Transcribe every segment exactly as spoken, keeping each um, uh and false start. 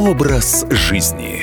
Образ жизни.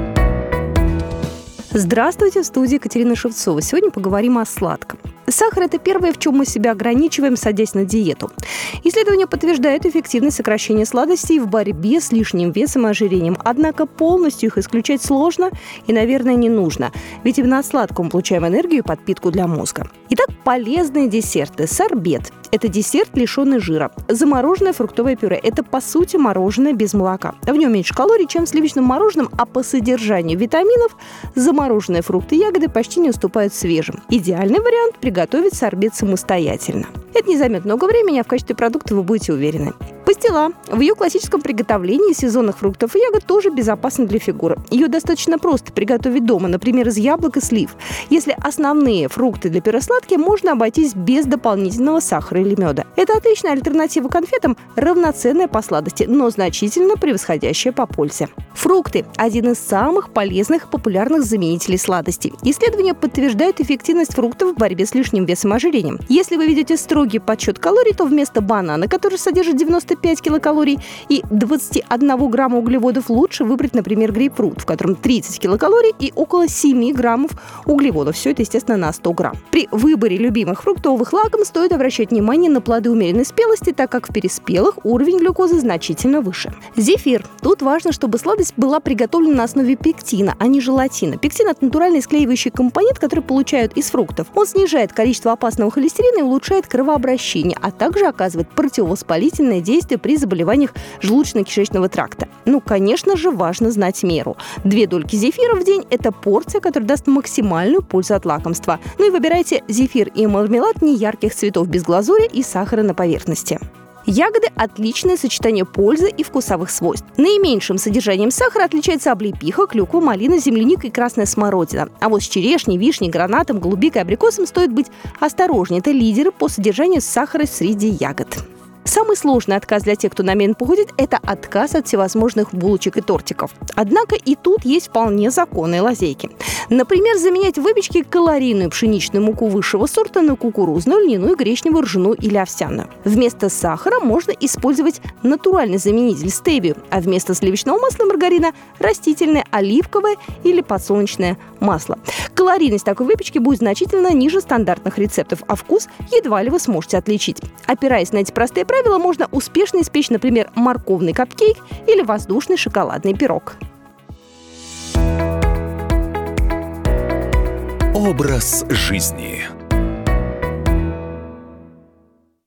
Здравствуйте, в студии Екатерина Шевцова. Сегодня поговорим о сладком. Сахар – это первое, в чем мы себя ограничиваем, садясь на диету. Исследования подтверждают эффективность сокращения сладостей в борьбе с лишним весом и ожирением. Однако полностью их исключать сложно и, наверное, не нужно. Ведь именно от сладкого мы получаем энергию и подпитку для мозга. Итак, полезные десерты. Сорбет – это десерт, лишенный жира. Замороженное фруктовое пюре – это, по сути, мороженое без молока. В нем меньше калорий, чем в сливочном мороженом, а по содержанию витаминов замороженные фрукты и ягоды почти не уступают свежим. Идеальный вариант – приготовить сорбет самостоятельно. Это не займет много времени, а в качестве продукта вы будете уверены. Пастила. В ее классическом приготовлении сезонных фруктов и ягод тоже безопасна для фигуры. Ее достаточно просто приготовить дома, например, из яблок и слив. Если основные фрукты для пюре сладкие, можно обойтись без дополнительного сахара или меда. Это отличная альтернатива конфетам, равноценная по сладости, но значительно превосходящая по пользе. Фрукты – один из самых полезных и популярных заменителей сладостей. Исследования подтверждают эффективность фруктов в борьбе с лишним весом и ожирением. Если вы ведете строгий подсчет калорий, то вместо банана, который содержит девяносто пять килокалорий и двадцать один грамма углеводов, лучше выбрать, например, грейпфрут, в котором тридцать килокалорий и около семь граммов углеводов. Все это, естественно, на сто грамм. При выборе любимых фруктовых лакомств стоит обращать внимание на плоды умеренной спелости, так как в переспелых уровень глюкозы значительно выше. Зефир. Тут важно, чтобы сладость была приготовлена на основе пектина, а не желатина. Пектин – это натуральный склеивающий компонент, который получают из фруктов. Он снижает количество опасного холестерина и улучшает кровообращение, а также оказывает противовоспалительное действие при заболеваниях желудочно-кишечного тракта. Ну, конечно же, важно знать меру. Две дольки зефира в день – это порция, которая даст максимальную пользу от лакомства. Ну и выбирайте зефир и мармелад неярких цветов без глазури и сахара на поверхности. Ягоды – отличное сочетание пользы и вкусовых свойств. Наименьшим содержанием сахара отличается облепиха, клюква, малина, земляника и красная смородина. А вот с черешней, вишней, гранатом, голубикой и абрикосом стоит быть осторожнее. Это лидеры по содержанию сахара среди ягод. Самый сложный отказ для тех, кто намерен похудеть, это отказ от всевозможных булочек и тортиков. Однако и тут есть вполне законные лазейки. Например, заменять в выпечке калорийную пшеничную муку высшего сорта на кукурузную, льняную, гречневую, ржаную или овсяную. Вместо сахара можно использовать натуральный заменитель стевию, а вместо сливочного масла и маргарина – растительное оливковое или подсолнечное масло. Калорийность такой выпечки будет значительно ниже стандартных рецептов, а вкус едва ли вы сможете отличить. Опираясь на эти простые правила, можно успешно испечь, например, морковный капкейк или воздушный шоколадный пирог. Образ жизни.